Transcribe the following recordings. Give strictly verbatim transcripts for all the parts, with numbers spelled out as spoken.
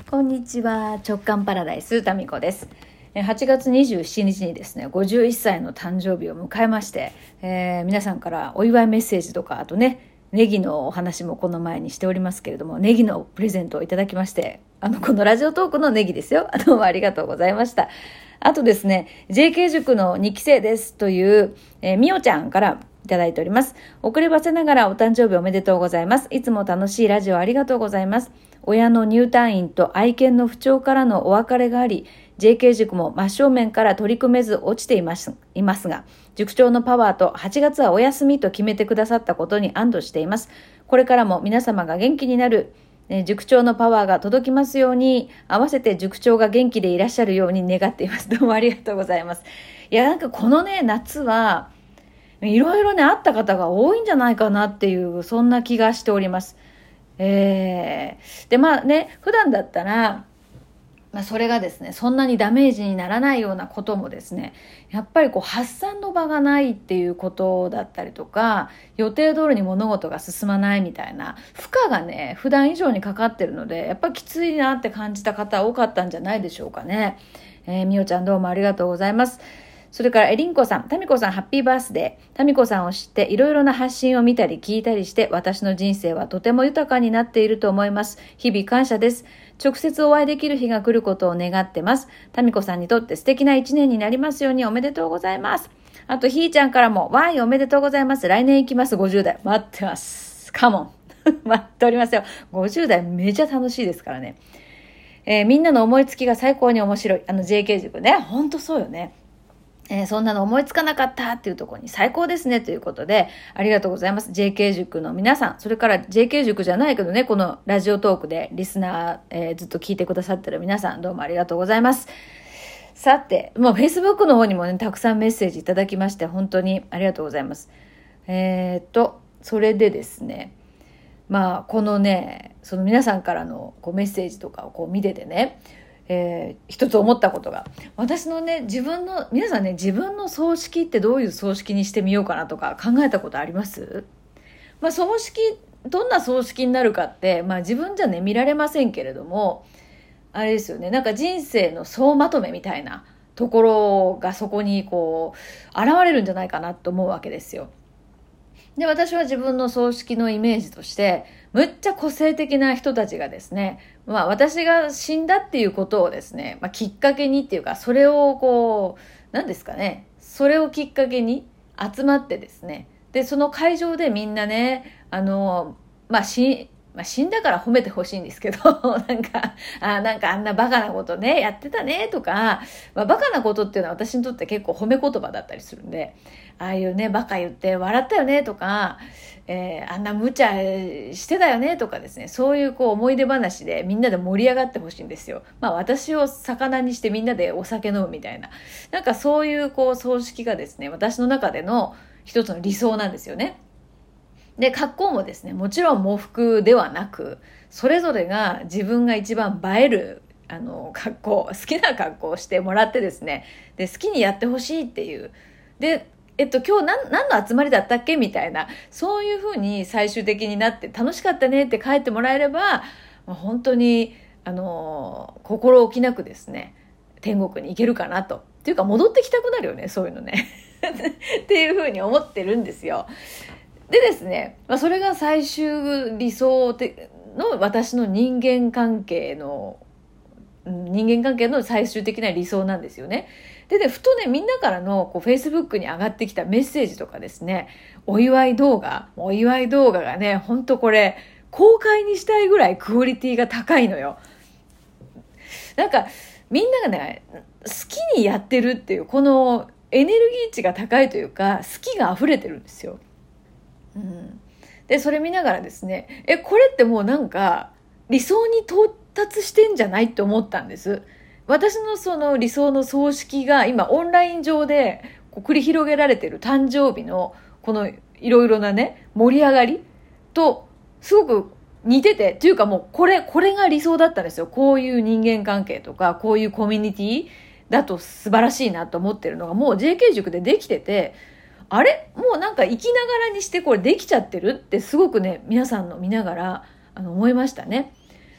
こんにちは。直感パラダイスタミコです。はちがつにじゅうしちにちにですね、ごじゅういっさいの誕生日を迎えまして、えー、皆さんからお祝いメッセージとか、あとね、ネギのお話もこの前にしておりますけれども、ネギのプレゼントをいただきまして、あのこのラジオトークのネギですよ。どうもありがとうございました。あとですね、ジェーケー 塾のにき生ですという、えー、みおちゃんからいただいております。遅ればせながらお誕生日おめでとうございます。いつも楽しいラジオありがとうございます。親の入退院と愛犬の不調からのお別れがあり、ジェーケー 塾も真正面から取り組めず落ちています、いますが、塾長のパワーとはちがつはお休みと決めてくださったことに安堵しています。これからも皆様が元気になる、えー、塾長のパワーが届きますように、合わせて塾長が元気でいらっしゃるように願っています。どうもありがとうございます。いや、なんかこのね、夏は、いろいろね、あった方が多いんじゃないかなっていう、そんな気がしております。えー、でまあね普段だったら、まあ、それがですねそんなにダメージにならないようなこともですねやっぱりこう発散の場がないっていうことだったりとか、予定通りに物事が進まないみたいな負荷がね普段以上にかかってるので、やっぱりきついなって感じた方多かったんじゃないでしょうかね。えー、みおちゃんどうもありがとうございます。それからえりんこさん、たみこさんハッピーバースデー。たみこさんを知っていろいろな発信を見たり聞いたりして、私の人生はとても豊かになっていると思います。日々感謝です。直接お会いできる日が来ることを願ってます。たみこさんにとって素敵な一年になりますように。おめでとうございます。あとひーちゃんからもわーいおめでとうございます。来年行きます。ごじゅう代待ってます。カモン待っておりますよ。ごじゅう代めちゃ楽しいですからね。えー、みんなの思いつきが最高に面白い。あの ジェーケー 塾ね、ほんとそうよね。えー、そんなの思いつかなかったっていうところに最高ですねということで、ありがとうございます。ジェーケー 塾の皆さん、それから ジェーケー 塾じゃないけどね、このラジオトークでリスナー、えー、ずっと聞いてくださってる皆さん、どうもありがとうございます。さて、もう Facebook の方にもね、たくさんメッセージいただきまして、本当にありがとうございます。えー、っと、それでですね、まあ、このね、その皆さんからのこうメッセージとかをこう見ててね、えー、一つ思ったことが、私のね自分の皆さんね自分の葬式ってどういう葬式にしてみようかなとか考えたことあります？まあ、葬式どんな葬式になるかって、まあ、自分じゃね見られませんけれども、あれですよね、なんか人生の総まとめみたいなところがそこにこう現れるんじゃないかなと思うわけですよ。で、私は自分の葬式のイメージとして、むっちゃ個性的な人たちがですね、まあ私が死んだっていうことをですね、まあきっかけにっていうか、それをこう、何ですかね、それをきっかけに集まってですね、で、その会場でみんなね、あの、まあし、まあ、死んだから褒めてほしいんですけど、なんか、あなんかあんなバカなことね、やってたねとか、まあ、バカなことっていうのは私にとって結構褒め言葉だったりするんで、ああいうね、バカ言って笑ったよねとか、えー、あんな無茶してたよねとかですね、そういうこう思い出話でみんなで盛り上がってほしいんですよ。まあ私を魚にしてみんなでお酒飲むみたいな、なんかそういうこう葬式がですね、私の中での一つの理想なんですよね。で、格好もですね、もちろん喪服ではなく、それぞれが自分が一番映える、あの、格好、好きな格好をしてもらってですね、で、好きにやってほしいっていう。で、えっと、今日何、何の集まりだったっけみたいな、そういう風に最終的になって楽しかったねって帰ってもらえれば、本当に、あの、心置きなくですね、天国に行けるかなと。っていうか、戻ってきたくなるよね、そういうのね。っていう風に思ってるんですよ。でですね、まあ、それが最終理想の私の人間関係の人間関係の最終的な理想なんですよね。でね、ふとね、みんなからのこう Facebook に上がってきたメッセージとかですね、お祝い動画、お祝い動画がね、ほんとこれ公開にしたいぐらいクオリティが高いのよ。なんかみんながね、好きにやってるっていうこのエネルギー値が高いというか、好きが溢れてるんですよ。うん、でそれ見ながらですね、えこれってもうなんか理想に到達してんじゃないって思ったんです。私のその理想の葬式が今オンライン上でこう繰り広げられてる誕生日のこのいろいろなね盛り上がりとすごく似てて、っていうかもうこれこれが理想だったんですよ。こういう人間関係とかこういうコミュニティだと素晴らしいなと思ってるのがもう ジェーケー 塾でできてて、あれもうなんか生きながらにしてこれできちゃってるってすごくね皆さんの見ながらあの思いましたね。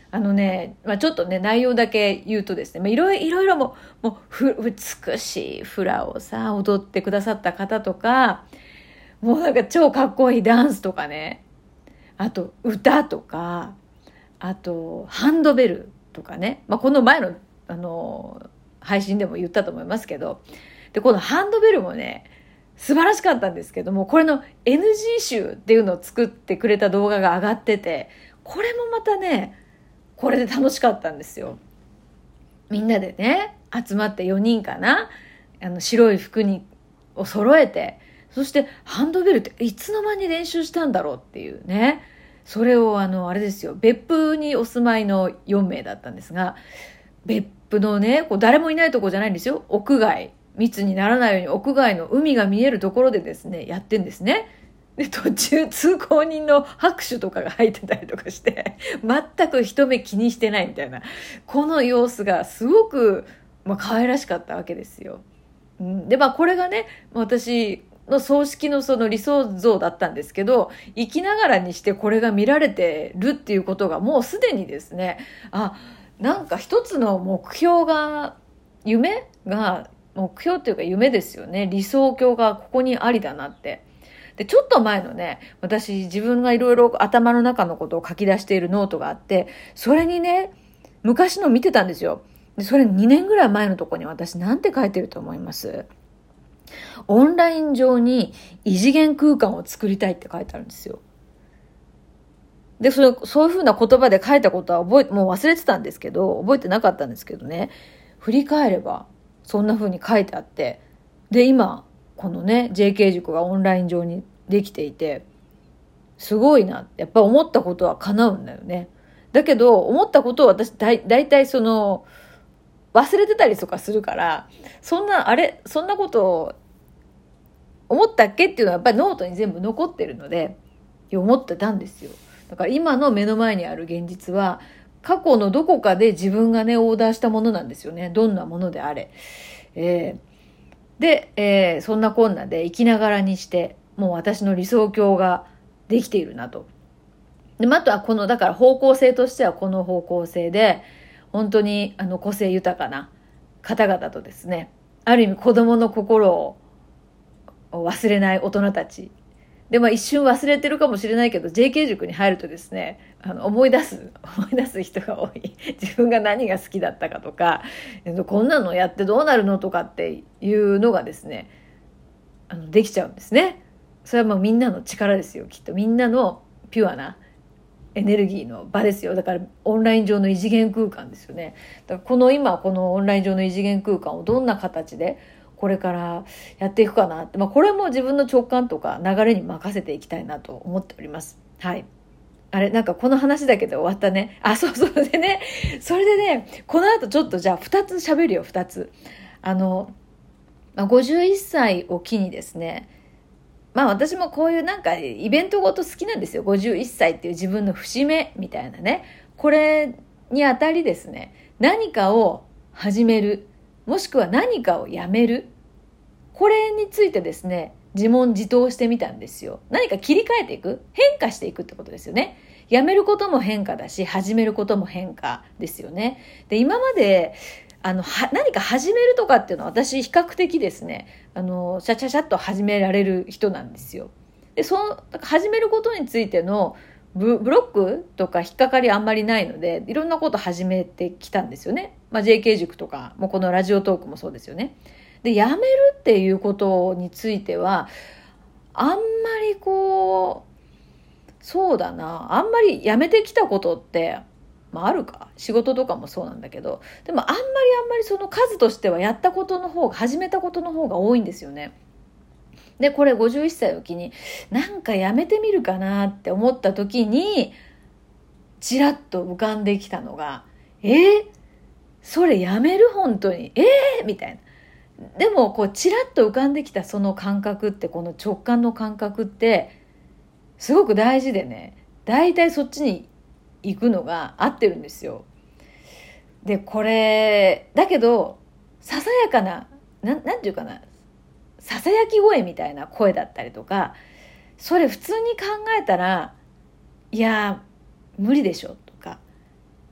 あのね、まあ、ちょっとね内容だけ言うとですね、まあ、いろいろいろもう、もうふ美しいフラをさ踊ってくださった方とか、もうなんか超かっこいいダンスとかね、あと歌とか、あとハンドベルとかね、まあ、この前の、あの配信でも言ったと思いますけど、でこのハンドベルもね素晴らしかったんですけども、これの エヌジー 集っていうのを作ってくれた動画が上がってて、これもまたねこれで楽しかったんですよ。みんなでね集まってよにんかな、あの白い服にを揃えて、そしてハンドベルっていつの間に練習したんだろうっていうね、それをあのあれですよ、別府にお住まいのよんめいだったんですが、別府のねこう誰もいないとこじゃないんですよ、屋外、密にならないように屋外の海が見えるところでですねやってんですね。で途中通行人の拍手とかが入ってたりとかして全く人目気にしてないみたいな、この様子がすごく、まあ、可愛らしかったわけですよ。うん、でまあこれがね私の葬式のその理想像だったんですけど、生きながらにしてこれが見られてるっていうことがもうすでにですね、あ、なんか一つの目標が、夢が目標っていうか夢ですよね、理想郷がここにありだなって。でちょっと前のね、私自分がいろいろ頭の中のことを書き出しているノートがあって、それにね昔の見てたんですよ。でそれにねんぐらい前のところに私なんて書いてると思います？オンライン上に異次元空間を作りたいって書いてあるんですよ。でそれそういうふうな言葉で書いたことは覚えもう忘れてたんですけど、覚えてなかったんですけどね、振り返ればそんなふうに書いてあって、で今このね ジェーケー 塾がオンライン上にできていて、すごいなってやっぱ思ったことは叶うんだよね。だけど思ったことを私だいだいたいその忘れてたりとかするから、そんなあれそんなことを思ったっけっていうのはやっぱりノートに全部残ってるので思ってたんですよ。だから今の目の前にある現実は過去のどこかで自分がねオーダーしたものなんですよね、どんなものであれ。えー、で、えー、そんなこんなで生きながらにしてもう私の理想郷ができているなと。であとはこのだから方向性としてはこの方向性で本当にあの個性豊かな方々とですね、ある意味子供の心を忘れない大人たちで、まあ、一瞬忘れてるかもしれないけど ジェーケー 塾に入るとですね、あの思い出す思い出す人が多い。自分が何が好きだったかとか、こんなのやってどうなるのとかっていうのがですね、あのできちゃうんですね。それはまあみんなの力ですよ、きっとみんなのピュアなエネルギーの場ですよ。だからオンライン上の異次元空間ですよね。だからこの今このオンライン上の異次元空間をどんな形でこれからやっていくかなって、まあ、これも自分の直感とか流れに任せていきたいなと思っております。はい。あれなんかこの話だけで終わったね。あ、そうそうでね、それでね、この後ちょっとじゃあふたつ喋るよ、ふたつ。あの、まあ、ごじゅういっさいを機にですね、まあ私もこういうなんかイベントごと好きなんですよ。ごじゅういっさいっていう自分の節目みたいなね。これにあたりですね、何かを始める、もしくは何かをやめる、これについてですね自問自答してみたんですよ。何か切り替えていく、変化していくってことですよね。やめることも変化だし、始めることも変化ですよね。で今まであのは何か始めるとかっていうのは私比較的ですね、あのシャシャシャッと始められる人なんですよ。でその始めることについてのブ, ブロックとか引っかかりあんまりないので、いろんなこと始めてきたんですよね。まあ、ジェーケー 塾とかもこのラジオトークもそうですよね。でやめるっていうことについてはあんまりこうそうだなあんまりやめてきたことって、まあ、あるか、仕事とかもそうなんだけど、でもあんまりあんまりその数としてはやったことの方が始めたことの方が多いんですよね。でこれごじゅういっさいを機になんかやめてみるかなって思った時にちらっと浮かんできたのが、えー、それやめる本当にえー、みたいな。でもこうちらっと浮かんできたその感覚って、この直感の感覚ってすごく大事でね、だいたいそっちに行くのが合ってるんですよ。でこれだけどささやかな、な ん, なんていうかなささやき声みたいな声だったりとか、それ普通に考えたらいや無理でしょとか、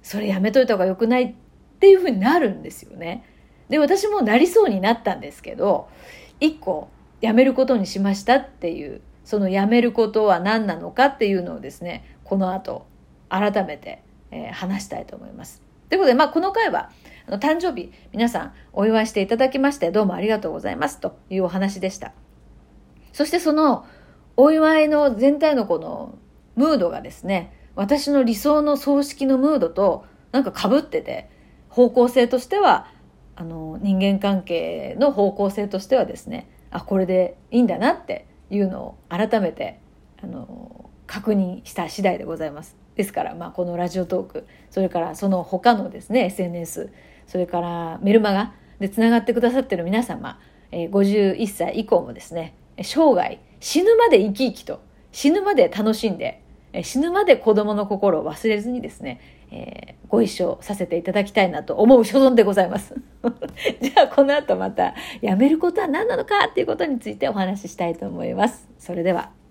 それやめといた方が良くないっていうふうになるんですよね。で、私もなりそうになったんですけど、一個やめることにしましたっていう、そのやめることは何なのかっていうのをですね、この後改めて、えー、話したいと思います。ということで、まあ、この回はあの誕生日皆さんお祝いしていただきましてどうもありがとうございますというお話でした。そしてそのお祝いの全体のこのムードがですね、私の理想の葬式のムードとなんか被ってて、方向性としてはあの人間関係の方向性としてはですね、あ、これでいいんだなっていうのを改めてあの確認した次第でございます。ですから、まあ、このラジオトーク、それからその他のですね エスエヌエス、それからメルマガでつながってくださっている皆様、えー、ごじゅういっさい以降もですね、生涯死ぬまで生き生きと、死ぬまで楽しんで、死ぬまで子供の心を忘れずにですね、えー、ご一緒させていただきたいなと思う所存でございますじゃあこの後またやめることは何なのかっていうことについてお話ししたいと思います。それでは。